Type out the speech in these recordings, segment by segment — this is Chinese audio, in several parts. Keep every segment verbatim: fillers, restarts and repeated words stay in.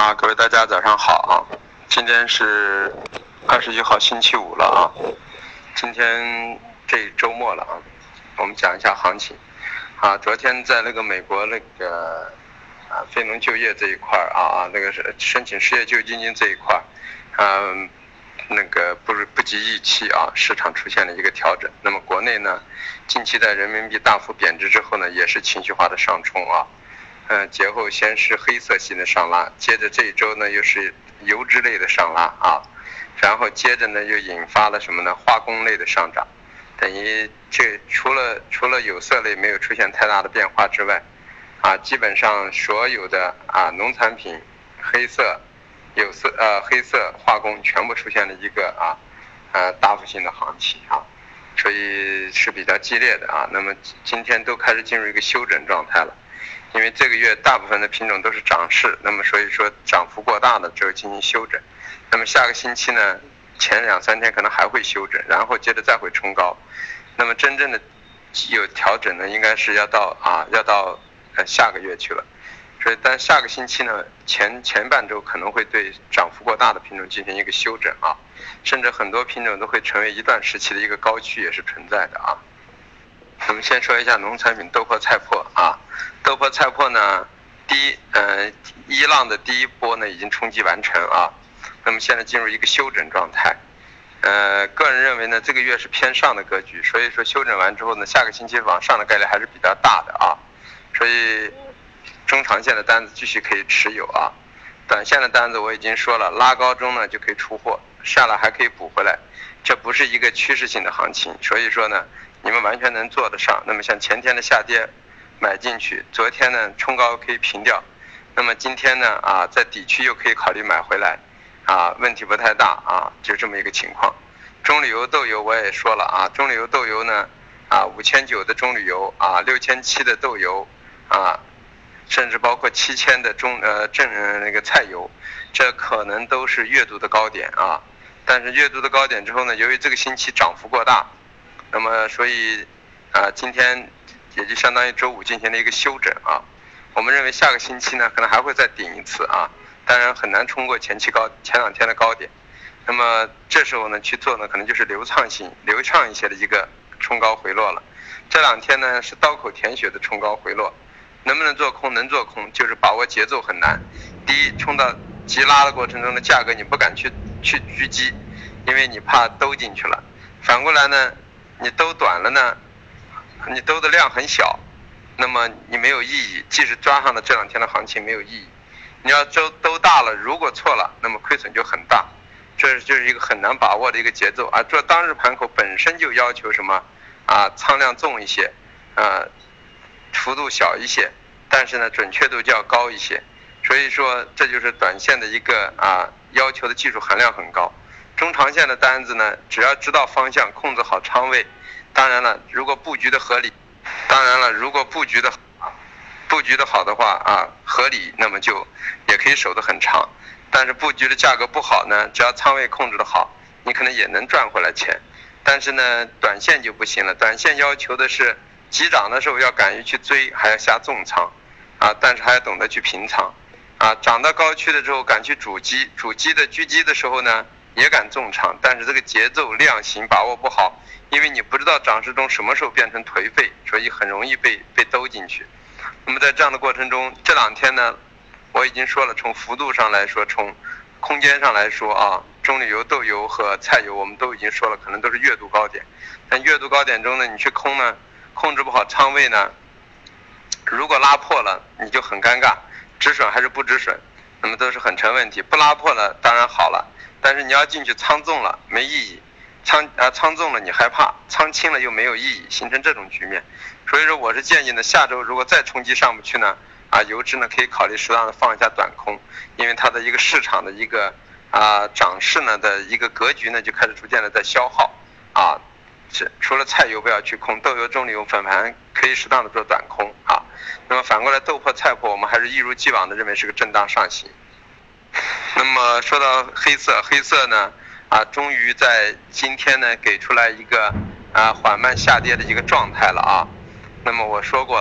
啊，各位大家早上好啊！今天是二十一号星期五了啊。今天这周末了啊，我们讲一下行情啊。昨天在那个美国那个啊非农就业这一块啊啊，那个是申请失业救济金这一块，嗯、啊，那个不是不及预期啊，市场出现了一个调整。那么国内呢，近期在人民币大幅贬值之后呢，也是情绪化的上冲啊。嗯，节后先是黑色系的上拉，接着这一周呢又是油脂类的上拉啊，然后接着呢又引发了什么呢？化工类的上涨，等于这除了除了有色类没有出现太大的变化之外，啊，基本上所有的啊农产品、黑色、有色呃黑色化工全部出现了一个啊呃大幅性的行情啊，所以是比较激烈的啊。那么今天都开始进入一个休整状态了。因为这个月大部分的品种都是涨势，那么所以说涨幅过大的只有进行休整。那么下个星期呢，前两三天可能还会休整，然后接着再会冲高。那么真正的有调整呢，应该是要到啊要到呃下个月去了。所以但下个星期呢，前前半周可能会对涨幅过大的品种进行一个休整啊，甚至很多品种都会成为一段时期的一个高区也是存在的啊。我们先说一下农产品豆粕、菜粕啊。豆粕、菜粕呢，第一，呃，一浪的第一波呢已经冲击完成啊，那么现在进入一个休整状态。呃，个人认为呢，这个月是偏上的格局，所以说休整完之后呢，下个星期往上的概率还是比较大的啊，所以中长线的单子继续可以持有啊，短线的单子我已经说了，拉高中呢就可以出货，下来还可以补回来，这不是一个趋势性的行情，所以说呢，你们完全能做得上。那么像前天的下跌买进去，昨天呢冲高可以平掉，那么今天呢啊在底区又可以考虑买回来啊，问题不太大啊，就这么一个情况。中铝油豆油我也说了啊，中铝油豆油呢啊五千九的中铝油啊六千七的豆油啊，甚至包括七千的中呃正呃那个菜油，这可能都是月度的高点啊。但是月度的高点之后呢，由于这个星期涨幅过大，那么所以啊今天也就相当于周五进行了一个休整啊。我们认为下个星期呢可能还会再顶一次啊，当然很难冲过前期高前两天的高点。那么这时候呢去做呢可能就是流畅性流畅一些的一个冲高回落了。这两天呢是刀口舔血的冲高回落，能不能做空？能做空，就是把握节奏很难。第一，冲到急拉的过程中的价格你不敢去去狙击，因为你怕兜进去了。反过来呢，你兜短了呢，你兜的量很小，那么你没有意义，即使抓上了这两天的行情没有意义。你要兜兜大了，如果错了，那么亏损就很大，这就是一个很难把握的一个节奏啊。做当日盘口本身就要求什么啊，仓量重一些，啊，幅度小一些，但是呢准确度就要高一些，所以说这就是短线的一个啊要求的技术含量很高。中长线的单子呢，只要知道方向，控制好仓位。当然了，如果布局的合理，当然了，如果布局的布局的好的话啊，合理，那么就也可以守得很长。但是布局的价格不好呢，只要仓位控制的好，你可能也能赚回来钱。但是呢，短线就不行了，短线要求的是急涨的时候要敢于去追，还要下重仓啊，但是还要懂得去平仓啊。涨到高区的时候敢去主击，主击的狙击的时候呢，也敢重仓，但是这个节奏量型把握不好，因为你不知道涨势中什么时候变成颓废，所以很容易被被兜进去。那么在这样的过程中，这两天呢，我已经说了，从幅度上来说，从空间上来说啊，中铝油、豆油和菜油我们都已经说了，可能都是月度高点。但月度高点中呢，你去空呢，控制不好仓位呢，如果拉破了，你就很尴尬，止损还是不止损，那么都是很成问题。不拉破了当然好了，但是你要进去仓重了没意义，仓啊仓重了你害怕，仓轻了又没有意义，形成这种局面。所以说我是建议呢，下周如果再冲击上不去呢，啊油脂呢可以考虑适当的放一下短空，因为它的一个市场的一个啊涨势呢的一个格局呢就开始逐渐的在消耗啊。是除了菜油不要去空，豆油、中铝油粉盘可以适当的做短空啊。那么反过来豆粕、菜粕我们还是一如既往的认为是个震荡上行。那么说到黑色，黑色呢啊终于在今天呢给出来一个啊缓慢下跌的一个状态了啊。那么我说过了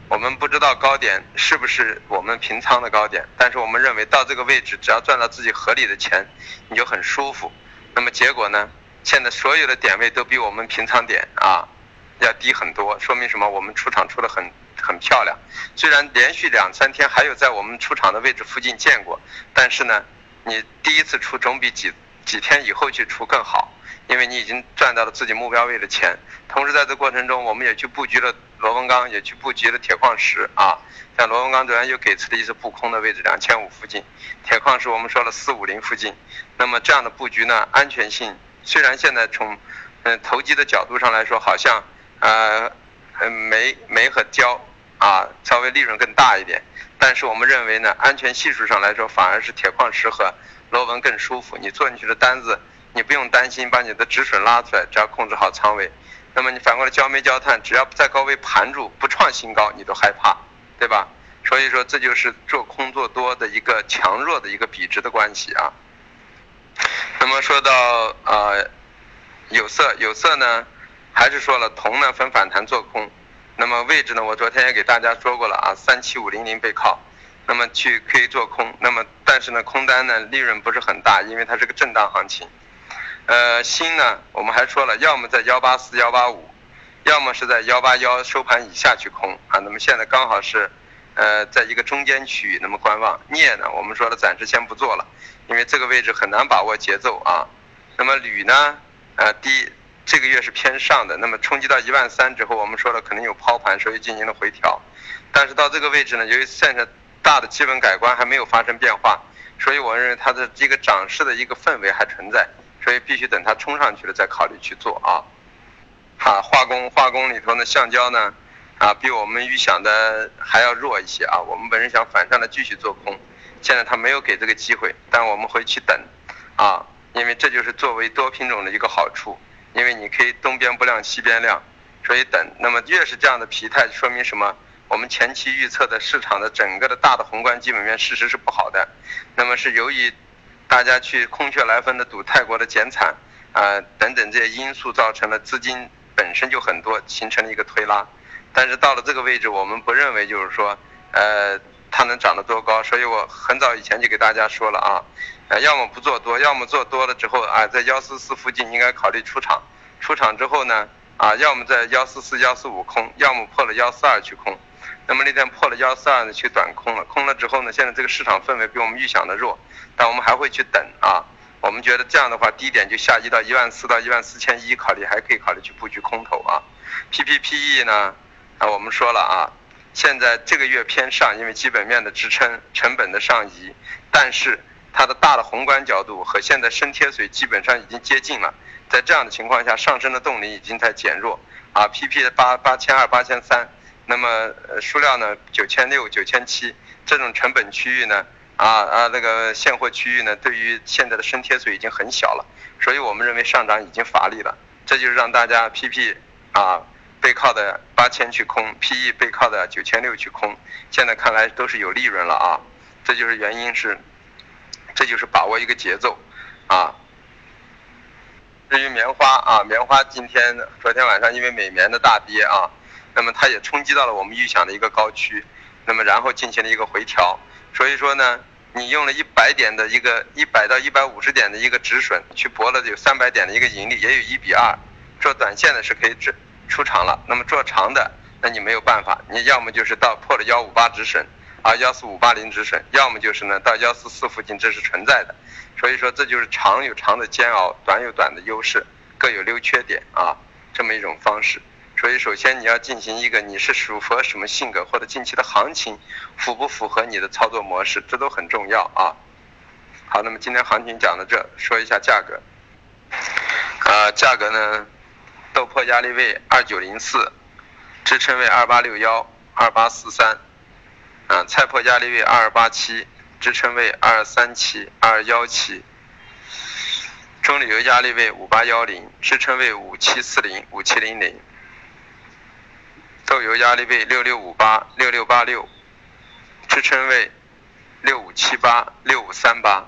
我们不知道高点是不是我们平仓的高点，但是我们认为到这个位置只要赚到自己合理的钱，你就很舒服。那么结果呢，现在所有的点位都比我们平仓点啊要低很多，说明什么？我们出场出得很很漂亮。虽然连续两三天还有在我们出场的位置附近见过，但是呢，你第一次出总比几几天以后去出更好，因为你已经赚到了自己目标位的钱。同时在这过程中，我们也去布局了螺纹钢，也去布局了铁矿石啊。像螺纹钢昨天又给出了一次布空的位置，两千五附近；铁矿石我们说了四五零附近。那么这样的布局呢，安全性虽然现在从嗯、呃、投机的角度上来说，好像呃煤煤和焦啊稍微利润更大一点，但是我们认为呢，安全系数上来说，反而是铁矿石和螺纹更舒服。你做进去的单子，你不用担心把你的止损拉出来，只要控制好仓位。那么你反过来焦煤焦炭，只要在高位盘住不创新高，你都害怕，对吧？所以说这就是做空做多的一个强弱的一个比值的关系啊。那么说到呃有色，有色呢还是说了铜呢分反弹做空。那么位置呢，我昨天也给大家说过了啊，三七五零零背靠，那么去可以做空。那么但是呢，空单呢利润不是很大，因为它是个震荡行情。呃，锌呢，我们还说了，要么在幺八四、幺八五，要么是在幺八一收盘以下去空啊。那么现在刚好是，呃，在一个中间区域，那么观望。镍呢，我们说了，暂时先不做了，因为这个位置很难把握节奏啊。那么铝呢，呃，低，这个月是偏上的，那么冲击到一万三之后，我们说了可能有抛盘，所以进行了回调。但是到这个位置呢，由于现在大的基本改观还没有发生变化，所以我认为它的这个涨势的一个氛围还存在。所以必须等它冲上去了再考虑去做啊。啊，化工化工里头呢，橡胶呢，啊，比我们预想的还要弱一些啊。我们本身想反向的继续做空，现在它没有给这个机会，但我们会去等，啊，因为这就是作为多品种的一个好处，因为你可以东边不亮西边亮，所以等。那么越是这样的疲态，说明什么？我们前期预测的市场的整个的大的宏观基本面事实是不好的，那么是由于大家去空穴来风的赌泰国的减产啊、呃、等等这些因素，造成了资金本身就很多，形成了一个推拉。但是到了这个位置，我们不认为就是说呃它能涨得多高，所以我很早以前就给大家说了啊，呃要么不做多，要么做多了之后啊，在幺四四附近应该考虑出场，出场之后呢啊，要么在幺四四、幺四五空，要么破了幺四二去空。那么那天破了幺四二呢，去短空了，空了之后呢，现在这个市场氛围比我们预想的弱，但我们还会去等啊。我们觉得这样的话，低点就下移到一万四到一万四千一，考虑还可以考虑去布局空头啊。P P P E 呢，啊，我们说了啊，现在这个月偏上，因为基本面的支撑，成本的上移，但是它的大的宏观角度和现在深贴水基本上已经接近了，在这样的情况下，上升的动力已经在减弱啊。P P 八八千二、八千三。那么呃数量呢九千六、九千七这种成本区域呢啊啊那个现货区域呢，对于现在的深贴水已经很小了，所以我们认为上涨已经乏力了。这就是让大家 P P 啊背靠的八千去空 ，P E 背靠的九千六去空，现在看来都是有利润了啊。这就是原因是，这就是把握一个节奏啊。至于棉花啊，棉花今天昨天晚上因为美棉的大跌啊。那么它也冲击到了我们预想的一个高区，那么然后进行了一个回调，所以说呢，你用了一百点的一个一百到一百五十点的一个止损，去博了有三百点的一个盈利，也有一比二，做短线的是可以止出场了，那么做长的，那你没有办法，你要么就是到破了幺五八止损啊，幺四五八零止损，要么就是呢到幺四四附近，这是存在的，所以说这就是长有长的煎熬，短有短的优势，各有优缺点啊，这么一种方式。所以首先你要进行一个你是符合什么性格，或者近期的行情符不符合你的操作模式，这都很重要啊。好，那么今天行情讲到这，说一下价格。呃，价格呢，豆粕压力位二九零四，支撑位二八六一、二八四三。啊，菜粕压力位二二八七，支撑位二三七、二一七。中铝油压力位五八一零，支撑位五七四零、五七零零。豆油压力位六六五八、六六八六，支撑位六五七八、六五三八。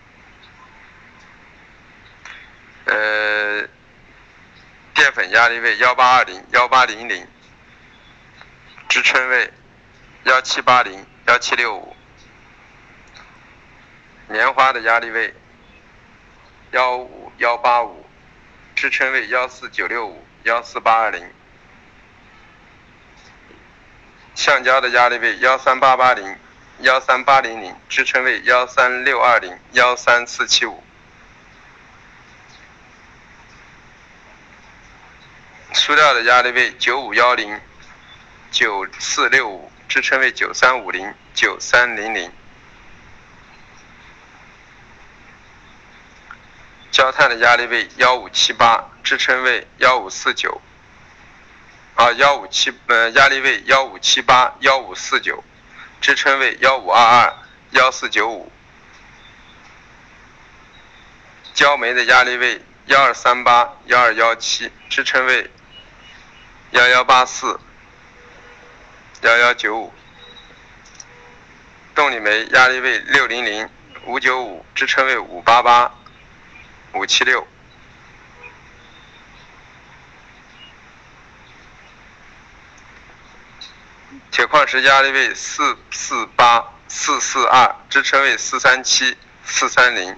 呃，淀粉压力位一八二零、一八零零，支撑位幺七八零、幺七六五。棉花的压力位幺五幺八五，支撑位幺四九六五、幺四八二零。橡胶的压力位幺三八八零、幺三八零零，支撑位幺三六二零、幺三四七五。塑料的压力位九五一零、九四六五，支撑位九三五零、九三零零。焦炭的压力位幺五七八，支撑位幺五四九，啊幺五七呃压力位幺五七八、幺五四九，支撑位幺五二二、幺四九五。焦煤的压力位幺二三八、幺二一七，支撑位幺幺八四、幺幺九五。动力煤压力位六零零、五九五，支撑位五八八、五七六。铁矿石压力位四四八、四四二，支撑位四三七、四三零。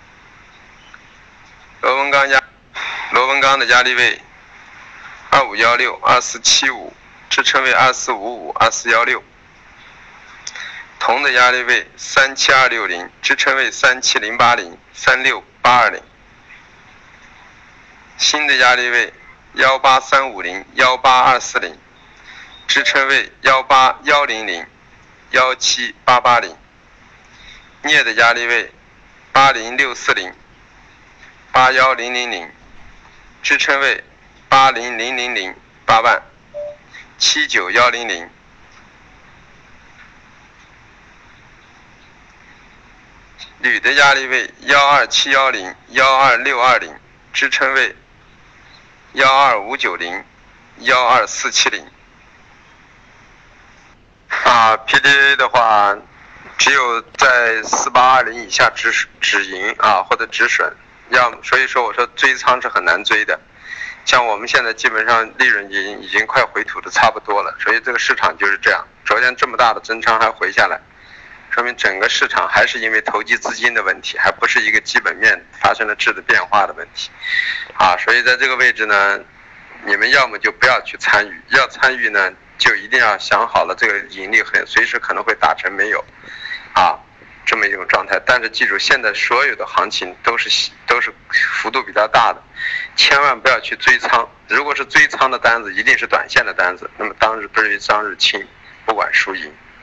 螺纹钢压螺纹钢的压力位二五一六、二四七五，支撑位二四五五、二四一六。铜的压力位三七二六零，支撑位三七零八零、三六八二零。锌的压力位幺八三五零、幺八二四零，支撑位幺八一零零、幺七八八零。镍的压力位八零六四零、八一零零零，支撑位八零零零零、八万、七九一零零。铝的压力位幺二七一零、幺二六二零，支撑位幺二五九零、幺二四七零。啊 ，P D A 的话，只有在四八二零以下止止盈啊，或者止损，要所以说我说追仓是很难追的。像我们现在基本上利润已经已经快回吐的差不多了，所以这个市场就是这样。昨天这么大的增仓还回下来，说明整个市场还是因为投机资金的问题，还不是一个基本面发生了质的变化的问题。啊，所以在这个位置呢，你们要么就不要去参与，要参与呢，就一定要想好了这个盈利很随时可能会打成没有，啊，这么一种状态。但是记住，现在所有的行情都是都是幅度比较大的，千万不要去追仓。如果是追仓的单子，一定是短线的单子，那么当日不如当日清，不管输赢。